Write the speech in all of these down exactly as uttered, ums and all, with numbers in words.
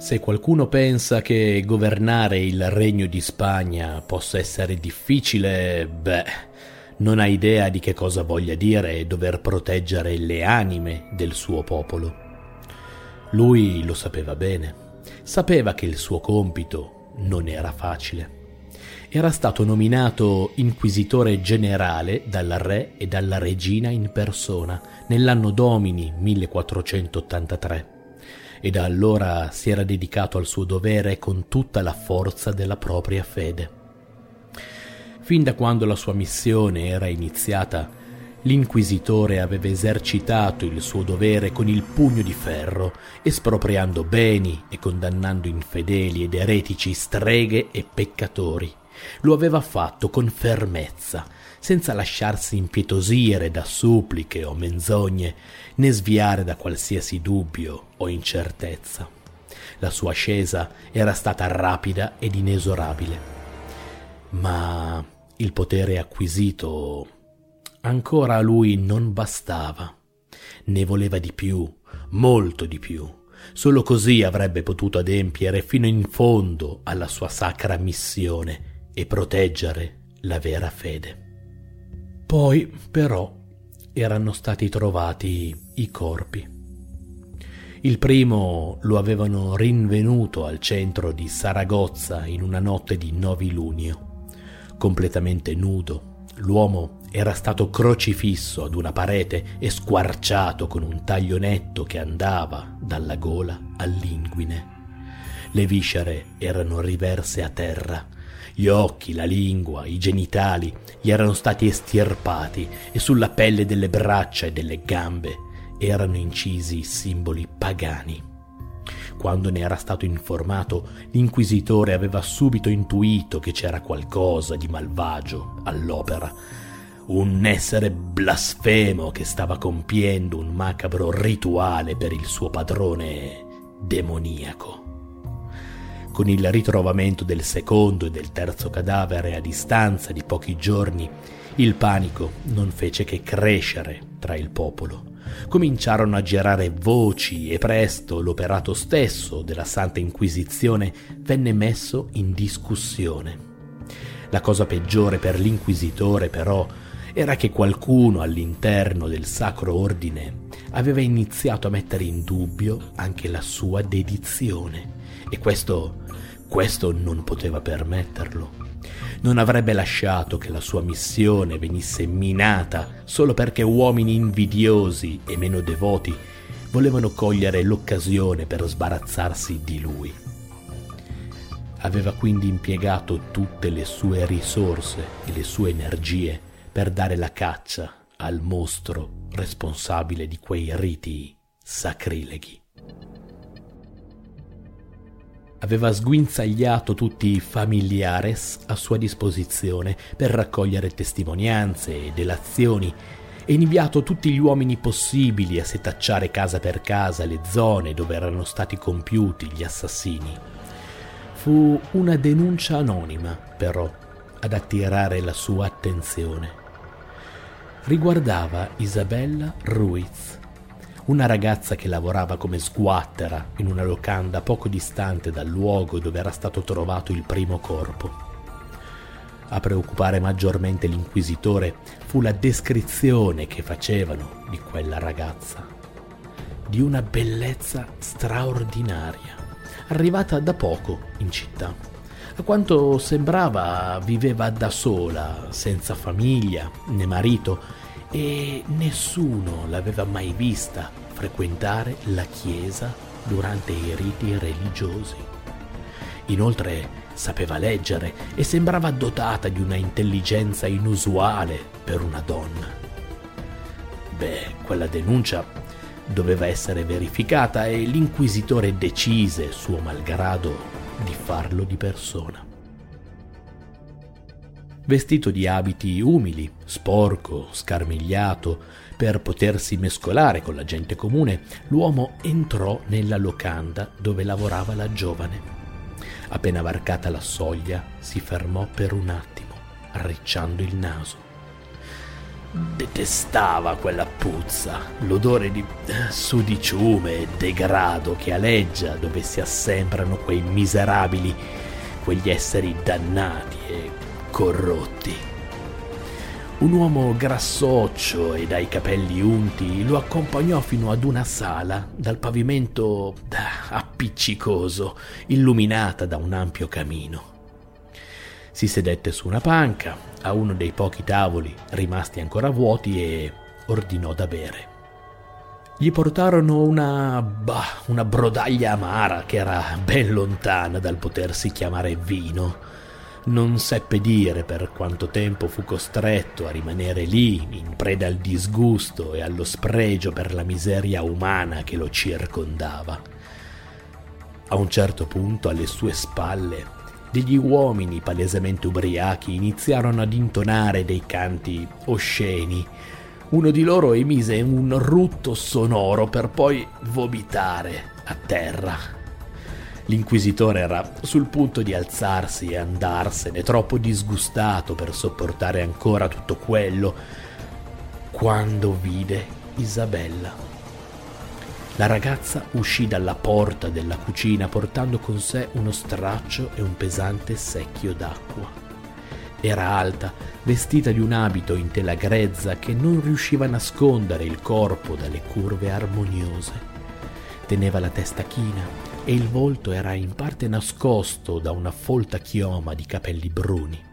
Se qualcuno pensa che governare il Regno di Spagna possa essere difficile, beh, non ha idea di che cosa voglia dire dover proteggere le anime del suo popolo. Lui lo sapeva bene, sapeva che il suo compito non era facile. Era stato nominato inquisitore generale dal re e dalla regina in persona nell'anno domini millequattrocentottantatré e da allora si era dedicato al suo dovere con tutta la forza della propria fede. Fin da quando la sua missione era iniziata, l'inquisitore aveva esercitato il suo dovere con il pugno di ferro, espropriando beni e condannando infedeli ed eretici, streghe e peccatori. Lo aveva fatto con fermezza, senza lasciarsi impietosire da suppliche o menzogne, né sviare da qualsiasi dubbio o incertezza. La sua ascesa era stata rapida ed inesorabile. Ma il potere acquisito ancora a lui non bastava. Ne voleva di più, molto di più. Solo così avrebbe potuto adempiere fino in fondo alla sua sacra missione e proteggere la vera fede. Poi, però, erano stati trovati i corpi. Il primo lo avevano rinvenuto al centro di Saragozza in una notte di novilunio. Completamente nudo, l'uomo era stato crocifisso ad una parete e squarciato con un taglionetto che andava dalla gola all'inguine. Le viscere erano riverse a terra. Gli occhi, la lingua, i genitali gli erano stati estirpati e sulla pelle delle braccia e delle gambe erano incisi simboli pagani. Quando ne era stato informato, l'inquisitore aveva subito intuito che c'era qualcosa di malvagio all'opera, un essere blasfemo che stava compiendo un macabro rituale per il suo padrone demoniaco. Con il ritrovamento del secondo e del terzo cadavere a distanza di pochi giorni, il panico non fece che crescere tra il popolo. Cominciarono a girare voci e presto l'operato stesso della Santa Inquisizione venne messo in discussione. La cosa peggiore per l'inquisitore, però, era che qualcuno all'interno del Sacro Ordine aveva iniziato a mettere in dubbio anche la sua dedizione, e questo Questo non poteva permetterlo. Non avrebbe lasciato che la sua missione venisse minata solo perché uomini invidiosi e meno devoti volevano cogliere l'occasione per sbarazzarsi di lui. Aveva quindi impiegato tutte le sue risorse e le sue energie per dare la caccia al mostro responsabile di quei riti sacrileghi. Aveva sguinzagliato tutti i familiares a sua disposizione per raccogliere testimonianze e delazioni e inviato tutti gli uomini possibili a setacciare casa per casa le zone dove erano stati compiuti gli assassini. Fu una denuncia anonima, però, ad attirare la sua attenzione. Riguardava Isabella Ruiz, una ragazza che lavorava come sguattera in una locanda poco distante dal luogo dove era stato trovato il primo corpo. A preoccupare maggiormente l'inquisitore fu la descrizione che facevano di quella ragazza, di una bellezza straordinaria, arrivata da poco in città. A quanto sembrava viveva da sola, senza famiglia né marito, e nessuno l'aveva mai vista frequentare la chiesa durante i riti religiosi. Inoltre sapeva leggere e sembrava dotata di una intelligenza inusuale per una donna. Beh, quella denuncia doveva essere verificata e l'inquisitore decise, suo malgrado, di farlo di persona. Vestito di abiti umili, sporco, scarmigliato, per potersi mescolare con la gente comune, l'uomo entrò nella locanda dove lavorava la giovane. Appena varcata la soglia, si fermò per un attimo, arricciando il naso. Detestava quella puzza, l'odore di sudiciume e degrado che aleggia dove si assembrano quei miserabili, quegli esseri dannati e corrotti. Un uomo grassoccio e dai capelli unti lo accompagnò fino ad una sala dal pavimento appiccicoso, illuminata da un ampio camino. Si sedette su una panca, a uno dei pochi tavoli rimasti ancora vuoti, e ordinò da bere. Gli portarono una, bah, una brodaglia amara che era ben lontana dal potersi chiamare vino. Non seppe dire per quanto tempo fu costretto a rimanere lì, in preda al disgusto e allo spregio per la miseria umana che lo circondava. A un certo punto, alle sue spalle, degli uomini palesemente ubriachi iniziarono ad intonare dei canti osceni. Uno di loro emise un rutto sonoro per poi vomitare a terra. L'inquisitore era sul punto di alzarsi e andarsene, troppo disgustato per sopportare ancora tutto quello, quando vide Isabella. La ragazza uscì dalla porta della cucina portando con sé uno straccio e un pesante secchio d'acqua. Era alta, vestita di un abito in tela grezza che non riusciva a nascondere il corpo dalle curve armoniose. Teneva la testa china e il volto era in parte nascosto da una folta chioma di capelli bruni.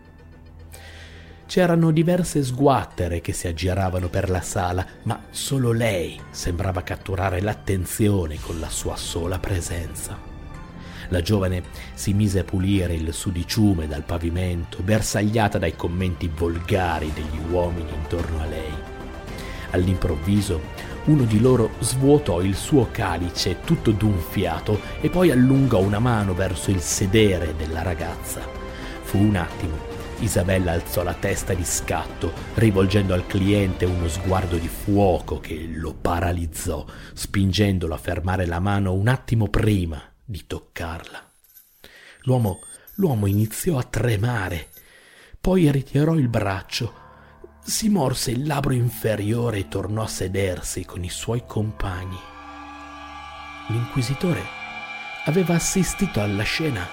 C'erano diverse sguattere che si aggiravano per la sala, ma solo lei sembrava catturare l'attenzione con la sua sola presenza. La giovane si mise a pulire il sudiciume dal pavimento, bersagliata dai commenti volgari degli uomini intorno a lei. All'improvviso, uno di loro svuotò il suo calice tutto d'un fiato e poi allungò una mano verso il sedere della ragazza. Fu un attimo. Isabella alzò la testa di scatto, rivolgendo al cliente uno sguardo di fuoco che lo paralizzò, spingendolo a fermare la mano un attimo prima di toccarla. L'uomo, l'uomo iniziò a tremare, poi ritirò il braccio, si morse il labbro inferiore e tornò a sedersi con i suoi compagni. L'inquisitore aveva assistito alla scena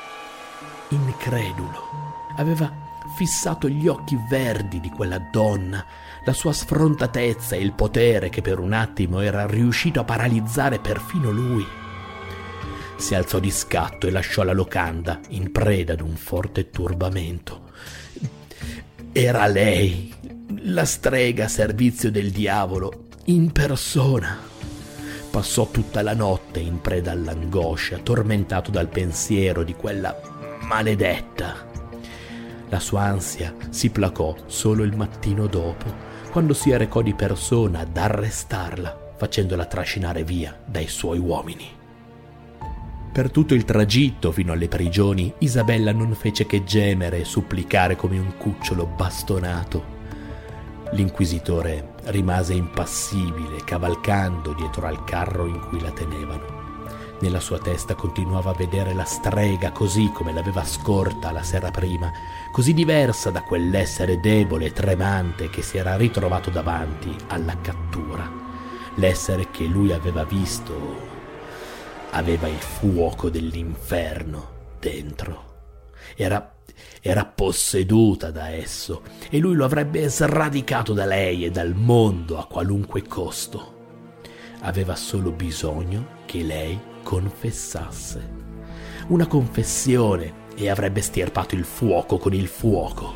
incredulo. Aveva fissato gli occhi verdi di quella donna, la sua sfrontatezza e il potere che per un attimo era riuscito a paralizzare perfino lui. Si alzò di scatto e lasciò la locanda in preda ad un forte turbamento. Era lei, la strega a servizio del diavolo, in persona. Passò tutta la notte in preda all'angoscia, tormentato dal pensiero di quella maledetta. La sua ansia si placò solo il mattino dopo, quando si recò di persona ad arrestarla, facendola trascinare via dai suoi uomini. Per tutto il tragitto fino alle prigioni, Isabella non fece che gemere e supplicare come un cucciolo bastonato. L'inquisitore rimase impassibile, cavalcando dietro al carro in cui la tenevano. Nella sua testa continuava a vedere la strega così come l'aveva scorta la sera prima, così diversa da quell'essere debole e tremante che si era ritrovato davanti alla cattura. L'essere che lui aveva visto aveva il fuoco dell'inferno dentro. Era, era posseduta da esso e lui lo avrebbe sradicato da lei e dal mondo a qualunque costo. Aveva solo bisogno che lei confessasse. Una confessione e avrebbe stirpato il fuoco con il fuoco.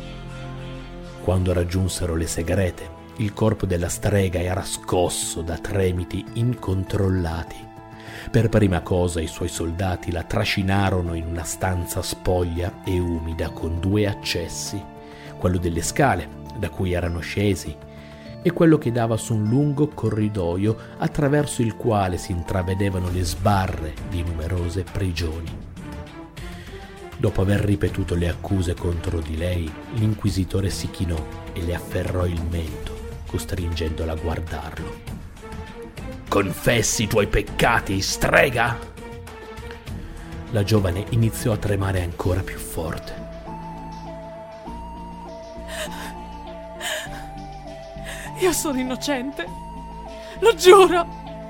Quando raggiunsero le segrete, il corpo della strega era scosso da tremiti incontrollati. Per prima cosa i suoi soldati la trascinarono in una stanza spoglia e umida con due accessi, quello delle scale da cui erano scesi e quello che dava su un lungo corridoio attraverso il quale si intravedevano le sbarre di numerose prigioni. Dopo aver ripetuto le accuse contro di lei, l'inquisitore si chinò e le afferrò il mento, costringendola a guardarlo. «Confessi i tuoi peccati, strega!» La giovane iniziò a tremare ancora più forte. Io sono innocente. Lo giuro.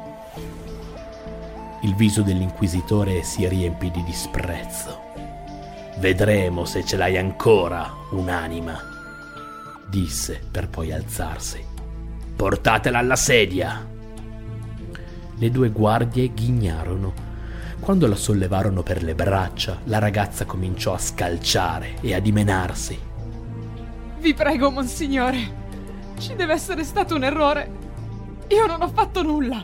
Il viso dell'inquisitore si riempì di disprezzo. Vedremo se ce l'hai ancora un'anima, disse per poi alzarsi. Portatela alla sedia. Le due guardie ghignarono. Quando la sollevarono per le braccia, la ragazza cominciò a scalciare e a dimenarsi. Vi prego, monsignore. Ci deve essere stato un errore. Io non ho fatto nulla.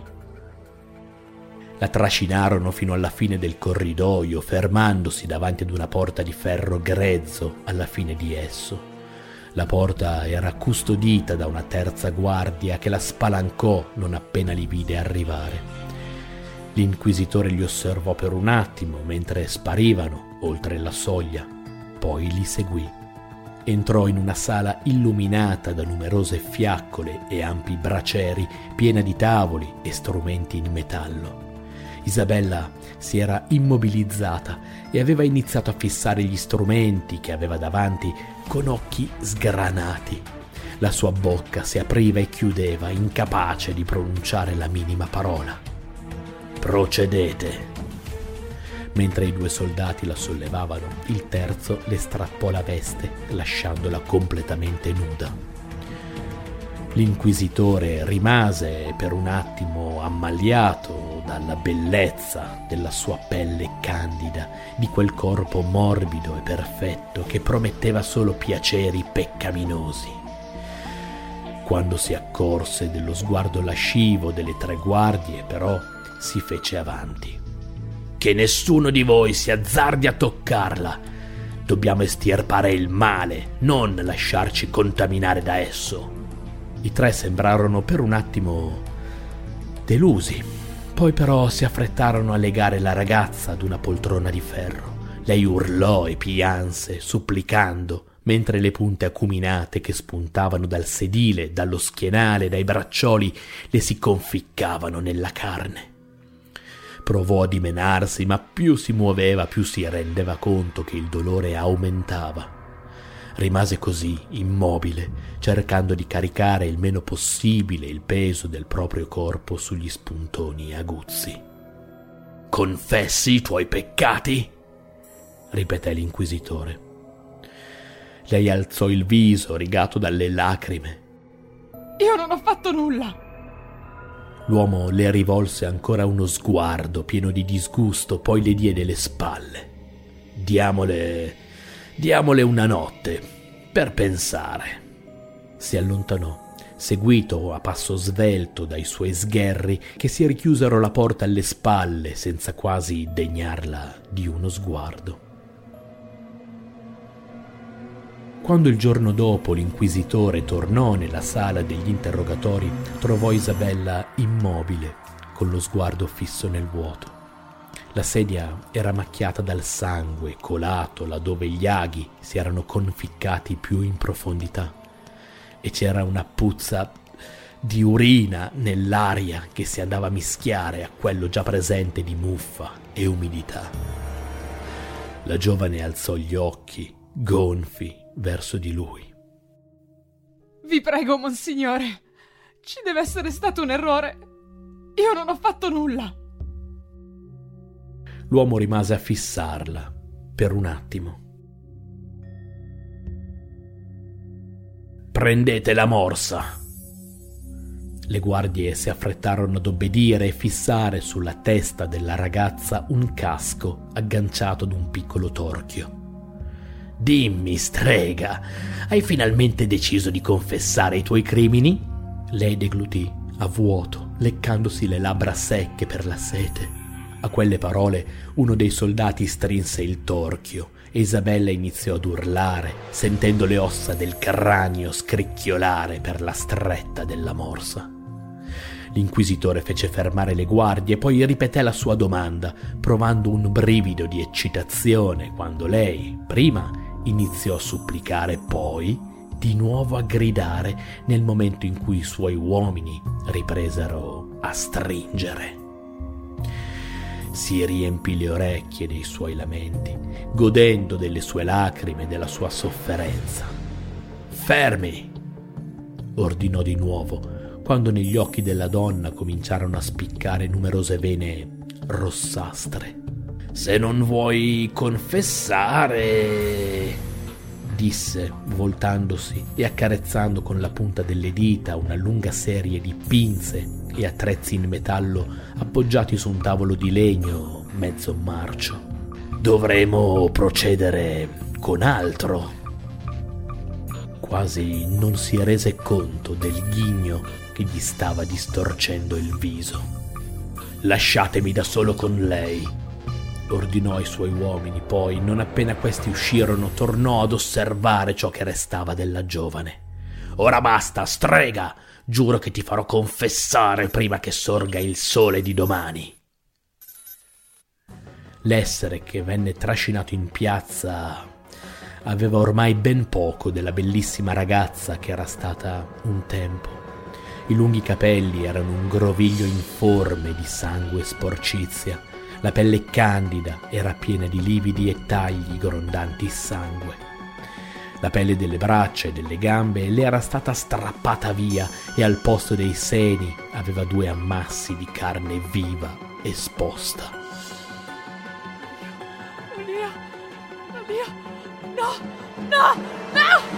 La trascinarono fino alla fine del corridoio, fermandosi davanti ad una porta di ferro grezzo alla fine di esso. La porta era custodita da una terza guardia che la spalancò non appena li vide arrivare. L'inquisitore li osservò per un attimo mentre sparivano oltre la soglia, poi li seguì. Entrò in una sala illuminata da numerose fiaccole e ampi bracieri, piena di tavoli e strumenti in metallo. Isabella si era immobilizzata e aveva iniziato a fissare gli strumenti che aveva davanti con occhi sgranati. La sua bocca si apriva e chiudeva, incapace di pronunciare la minima parola. Procedete. Mentre i due soldati la sollevavano, il terzo le strappò la veste, lasciandola completamente nuda. L'inquisitore rimase per un attimo ammaliato dalla bellezza della sua pelle candida, di quel corpo morbido e perfetto che prometteva solo piaceri peccaminosi. Quando si accorse dello sguardo lascivo delle tre guardie, però, si fece avanti. Che nessuno di voi si azzardi a toccarla. Dobbiamo estirpare il male, non lasciarci contaminare da esso. I tre sembrarono per un attimo delusi, poi però si affrettarono a legare la ragazza ad una poltrona di ferro. Lei urlò e pianse, supplicando, mentre le punte acuminate che spuntavano dal sedile, dallo schienale, dai braccioli, le si conficcavano nella carne. Provò a dimenarsi, ma più si muoveva, più si rendeva conto che il dolore aumentava. Rimase così, immobile, cercando di caricare il meno possibile il peso del proprio corpo sugli spuntoni aguzzi. «Confessi i tuoi peccati?» ripeté l'inquisitore. Lei alzò il viso, rigato dalle lacrime. «Io non ho fatto nulla!» L'uomo le rivolse ancora uno sguardo pieno di disgusto, poi le diede le spalle. «Diamole... diamole una notte, per pensare». Si allontanò, seguito a passo svelto dai suoi sgherri che si richiusero la porta alle spalle senza quasi degnarla di uno sguardo. Quando il giorno dopo l'inquisitore tornò nella sala degli interrogatori, trovò Isabella immobile, con lo sguardo fisso nel vuoto. La sedia era macchiata dal sangue colato laddove gli aghi si erano conficcati più in profondità, e c'era una puzza di urina nell'aria che si andava a mischiare a quello già presente di muffa e umidità. La giovane alzò gli occhi, gonfi, verso di lui. «Vi prego, monsignore, ci deve essere stato un errore. Io non ho fatto nulla!» L'uomo rimase a fissarla per un attimo. «Prendete la morsa!» Le guardie si affrettarono ad obbedire e fissare sulla testa della ragazza un casco agganciato ad un piccolo torchio. «Dimmi, strega, hai finalmente deciso di confessare i tuoi crimini?» Lei deglutì a vuoto, leccandosi le labbra secche per la sete. A quelle parole uno dei soldati strinse il torchio e Isabella iniziò ad urlare, sentendo le ossa del cranio scricchiolare per la stretta della morsa. L'inquisitore fece fermare le guardie e poi ripeté la sua domanda, provando un brivido di eccitazione quando lei, prima, iniziò a supplicare, poi di nuovo a gridare nel momento in cui i suoi uomini ripresero a stringere. Si riempì le orecchie dei suoi lamenti, godendo delle sue lacrime e della sua sofferenza. «Fermi!» ordinò di nuovo, quando negli occhi della donna cominciarono a spiccare numerose vene rossastre. «Se non vuoi confessare», disse, voltandosi e accarezzando con la punta delle dita una lunga serie di pinze e attrezzi in metallo appoggiati su un tavolo di legno mezzo marcio, «dovremo procedere con altro». Quasi non si rese conto del ghigno che gli stava distorcendo il viso. «Lasciatemi da solo con lei», ordinò ai suoi uomini, poi, non appena questi uscirono, tornò ad osservare ciò che restava della giovane. «Ora basta, strega! Giuro che ti farò confessare prima che sorga il sole di domani». L'essere che venne trascinato in piazza aveva ormai ben poco della bellissima ragazza che era stata un tempo. I lunghi capelli erano un groviglio informe di sangue e sporcizia. La pelle candida era piena di lividi e tagli grondanti sangue. La pelle delle braccia e delle gambe le era stata strappata via e al posto dei seni aveva due ammassi di carne viva esposta. Oddio, oddio, no, no, no!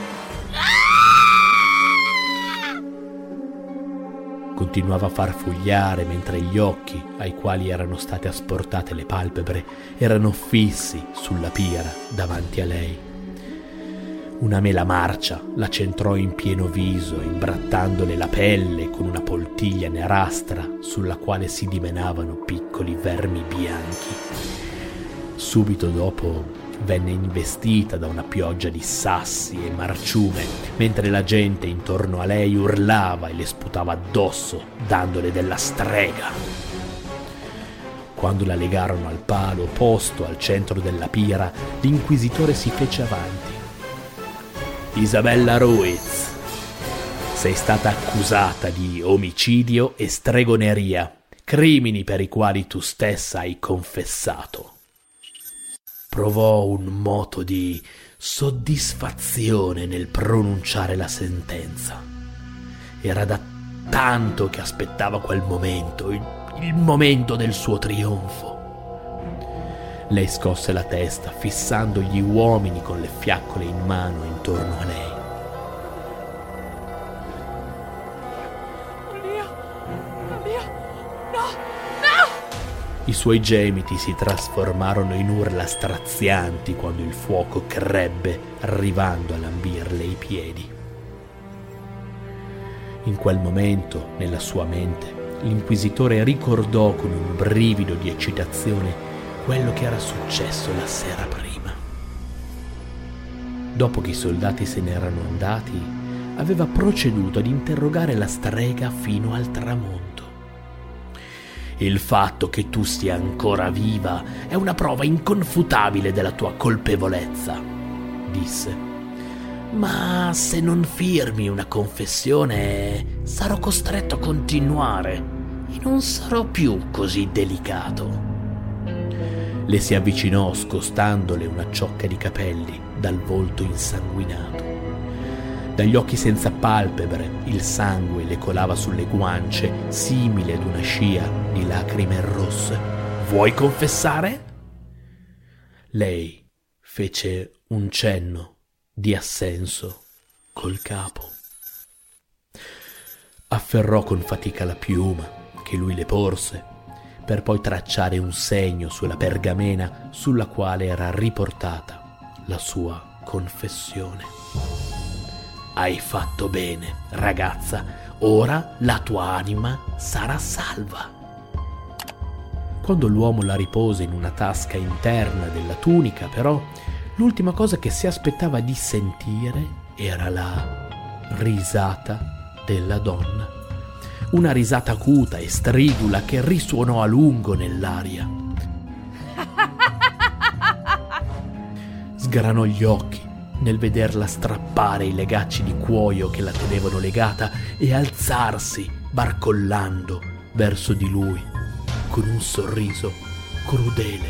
Continuava a farfugliare mentre gli occhi, ai quali erano state asportate le palpebre, erano fissi sulla pira davanti a lei. Una mela marcia la centrò in pieno viso, imbrattandole la pelle con una poltiglia nerastra sulla quale si dimenavano piccoli vermi bianchi. Subito dopo venne investita da una pioggia di sassi e marciume, mentre la gente intorno a lei urlava e le sputava addosso, dandole della strega. Quando la legarono al palo posto al centro della pira, l'inquisitore si fece avanti. «Isabella Ruiz, sei stata accusata di omicidio e stregoneria, crimini per i quali tu stessa hai confessato». Provò un moto di soddisfazione nel pronunciare la sentenza. Era da tanto che aspettava quel momento, il, il momento del suo trionfo. Lei scosse la testa, fissando gli uomini con le fiaccole in mano intorno a lei. Oddio, oddio, no! I suoi gemiti si trasformarono in urla strazianti quando il fuoco crebbe, arrivando a lambirle i piedi. In quel momento, nella sua mente, l'inquisitore ricordò con un brivido di eccitazione quello che era successo la sera prima. Dopo che i soldati se n'erano andati, aveva proceduto ad interrogare la strega fino al tramonto. «Il fatto che tu sia ancora viva è una prova inconfutabile della tua colpevolezza», disse. «Ma se non firmi una confessione, sarò costretto a continuare e non sarò più così delicato». Le si avvicinò scostandole una ciocca di capelli dal volto insanguinato. Dagli occhi senza palpebre il sangue le colava sulle guance, simile ad una scia di lacrime rosse. «Vuoi confessare?» Lei fece un cenno di assenso col capo. Afferrò con fatica la piuma che lui le porse, per poi tracciare un segno sulla pergamena sulla quale era riportata la sua confessione. «Hai fatto bene, ragazza, ora la tua anima sarà salva». Quando l'uomo la ripose in una tasca interna della tunica, però, l'ultima cosa che si aspettava di sentire era la risata della donna. Una risata acuta e stridula che risuonò a lungo nell'aria. Sgranò gli occhi nel vederla strappare i legacci di cuoio che la tenevano legata e alzarsi, barcollando, verso di lui, con un sorriso crudele.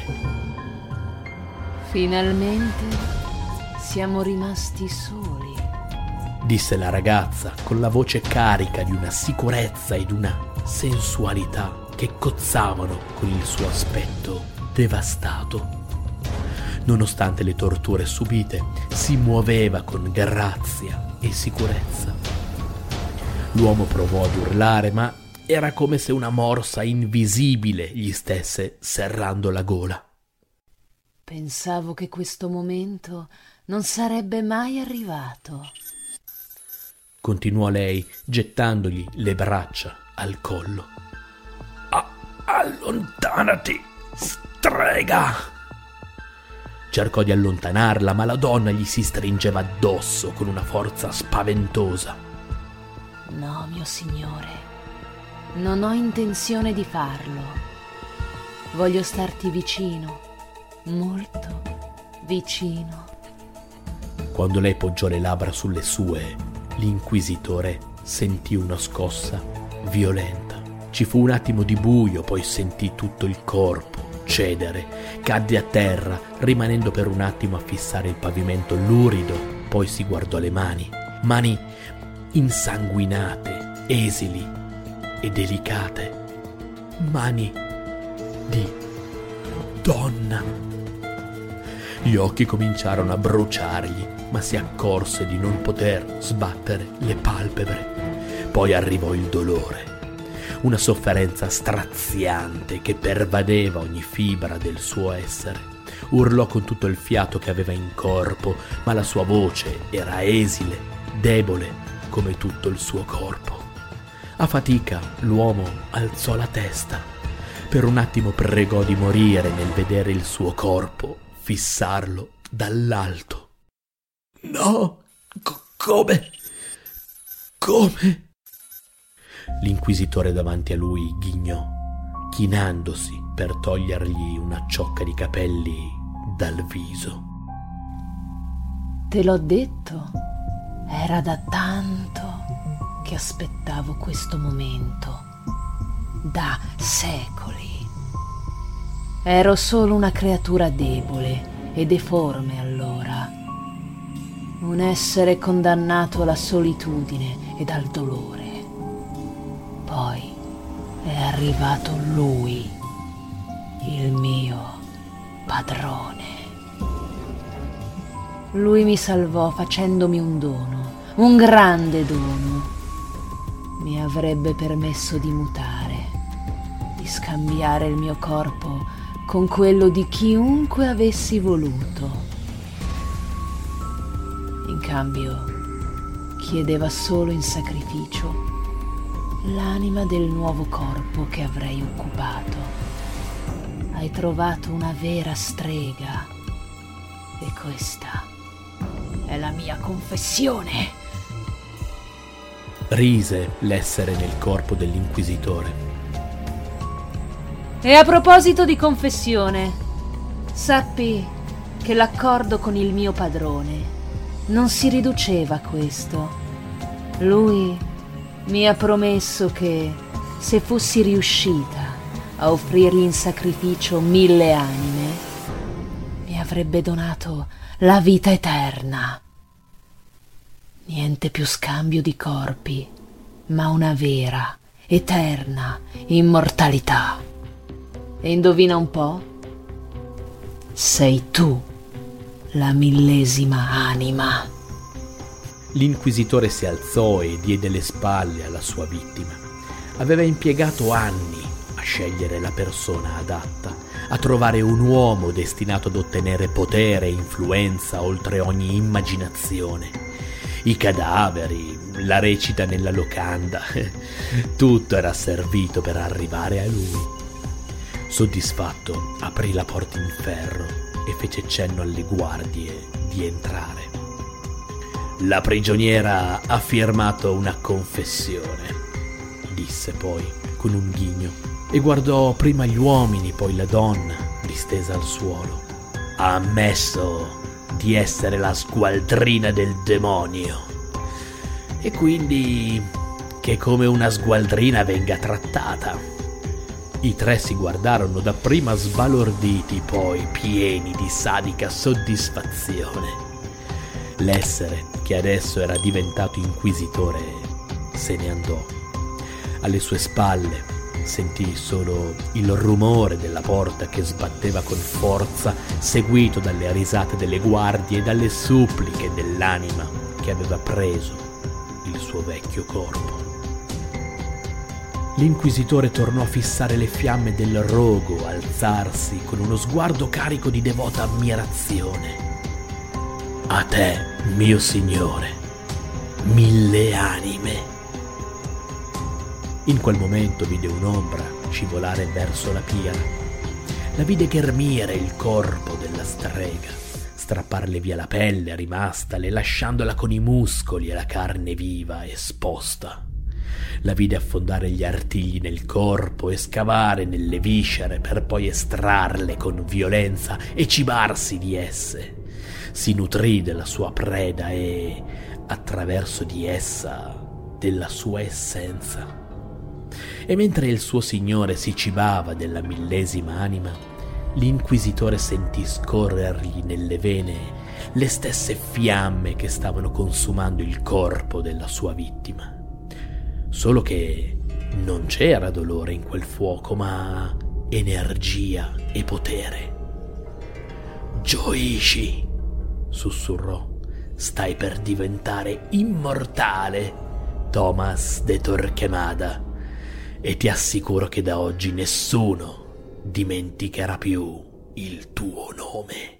«Finalmente siamo rimasti soli», disse la ragazza con la voce carica di una sicurezza ed una sensualità che cozzavano con il suo aspetto devastato. Nonostante le torture subite, si muoveva con grazia e sicurezza. L'uomo provò ad urlare, ma era come se una morsa invisibile gli stesse serrando la gola. Pensavo che questo momento non sarebbe mai arrivato, continuò lei, gettandogli le braccia al collo. Ah, allontanati, strega! Cercò di allontanarla, ma la donna gli si stringeva addosso con una forza spaventosa. No, mio signore, non ho intenzione di farlo. Voglio starti vicino, molto vicino. Quando lei poggiò le labbra sulle sue, l'inquisitore sentì una scossa violenta. Ci fu un attimo di buio, poi sentì tutto il corpo cedere, cadde a terra, rimanendo per un attimo a fissare il pavimento lurido, poi si guardò le mani, mani insanguinate, esili e delicate, mani di donna. Gli occhi cominciarono a bruciargli, ma si accorse di non poter sbattere le palpebre. Poi arrivò il dolore. Una sofferenza straziante che pervadeva ogni fibra del suo essere. Urlò con tutto il fiato che aveva in corpo, ma la sua voce era esile, debole, come tutto il suo corpo. A fatica l'uomo alzò la testa. Per un attimo pregò di morire nel vedere il suo corpo fissarlo dall'alto. No, co- come? Come? L'inquisitore davanti a lui ghignò, chinandosi per togliergli una ciocca di capelli dal viso. Te l'ho detto, era da tanto che aspettavo questo momento, da secoli. Ero solo una creatura debole e deforme allora, un essere condannato alla solitudine ed al dolore. Poi è arrivato lui, il mio padrone. Lui mi salvò facendomi un dono, un grande dono. Mi avrebbe permesso di mutare, di scambiare il mio corpo con quello di chiunque avessi voluto. In cambio, chiedeva solo in sacrificio l'anima del nuovo corpo che avrei occupato. Hai trovato una vera strega e questa è la mia confessione. Rise l'essere nel corpo dell'inquisitore. E a proposito di confessione, sappi che l'accordo con il mio padrone non si riduceva a questo. Lui mi ha promesso che, se fossi riuscita a offrirgli in sacrificio mille anime, mi avrebbe donato la vita eterna. Niente più scambio di corpi, ma una vera, eterna immortalità. E indovina un po'? Sei tu la millesima anima. L'inquisitore si alzò e diede le spalle alla sua vittima. Aveva impiegato anni a scegliere la persona adatta, a trovare un uomo destinato ad ottenere potere e influenza oltre ogni immaginazione. I cadaveri, la recita nella locanda, tutto era servito per arrivare a lui. Soddisfatto, aprì la porta in ferro e fece cenno alle guardie di entrare. La prigioniera ha firmato una confessione, disse poi con un ghigno, e guardò prima gli uomini, poi la donna, distesa al suolo. Ha ammesso di essere la sgualdrina del demonio, e quindi che come una sgualdrina venga trattata. I tre si guardarono, dapprima sbalorditi, poi pieni di sadica soddisfazione. L'essere che adesso era diventato inquisitore, se ne andò. Alle sue spalle sentì solo il rumore della porta che sbatteva con forza, seguito dalle risate delle guardie e dalle suppliche dell'anima che aveva preso il suo vecchio corpo. L'inquisitore tornò a fissare le fiamme del rogo, alzarsi con uno sguardo carico di devota ammirazione. «A te, mio signore, mille anime!» In quel momento vide un'ombra scivolare verso la pira. La vide ghermire il corpo della strega, strapparle via la pelle rimastale, lasciandola con i muscoli e la carne viva esposta. La vide affondare gli artigli nel corpo e scavare nelle viscere per poi estrarle con violenza e cibarsi di esse. Si nutrì della sua preda e, attraverso di essa, della sua essenza. E mentre il suo signore si cibava della millesima anima, l'inquisitore sentì scorrergli nelle vene le stesse fiamme che stavano consumando il corpo della sua vittima. Solo che non c'era dolore in quel fuoco, ma energia e potere. «Gioisci», sussurrò, «stai per diventare immortale, Thomas de Torquemada, e ti assicuro che da oggi nessuno dimenticherà più il tuo nome».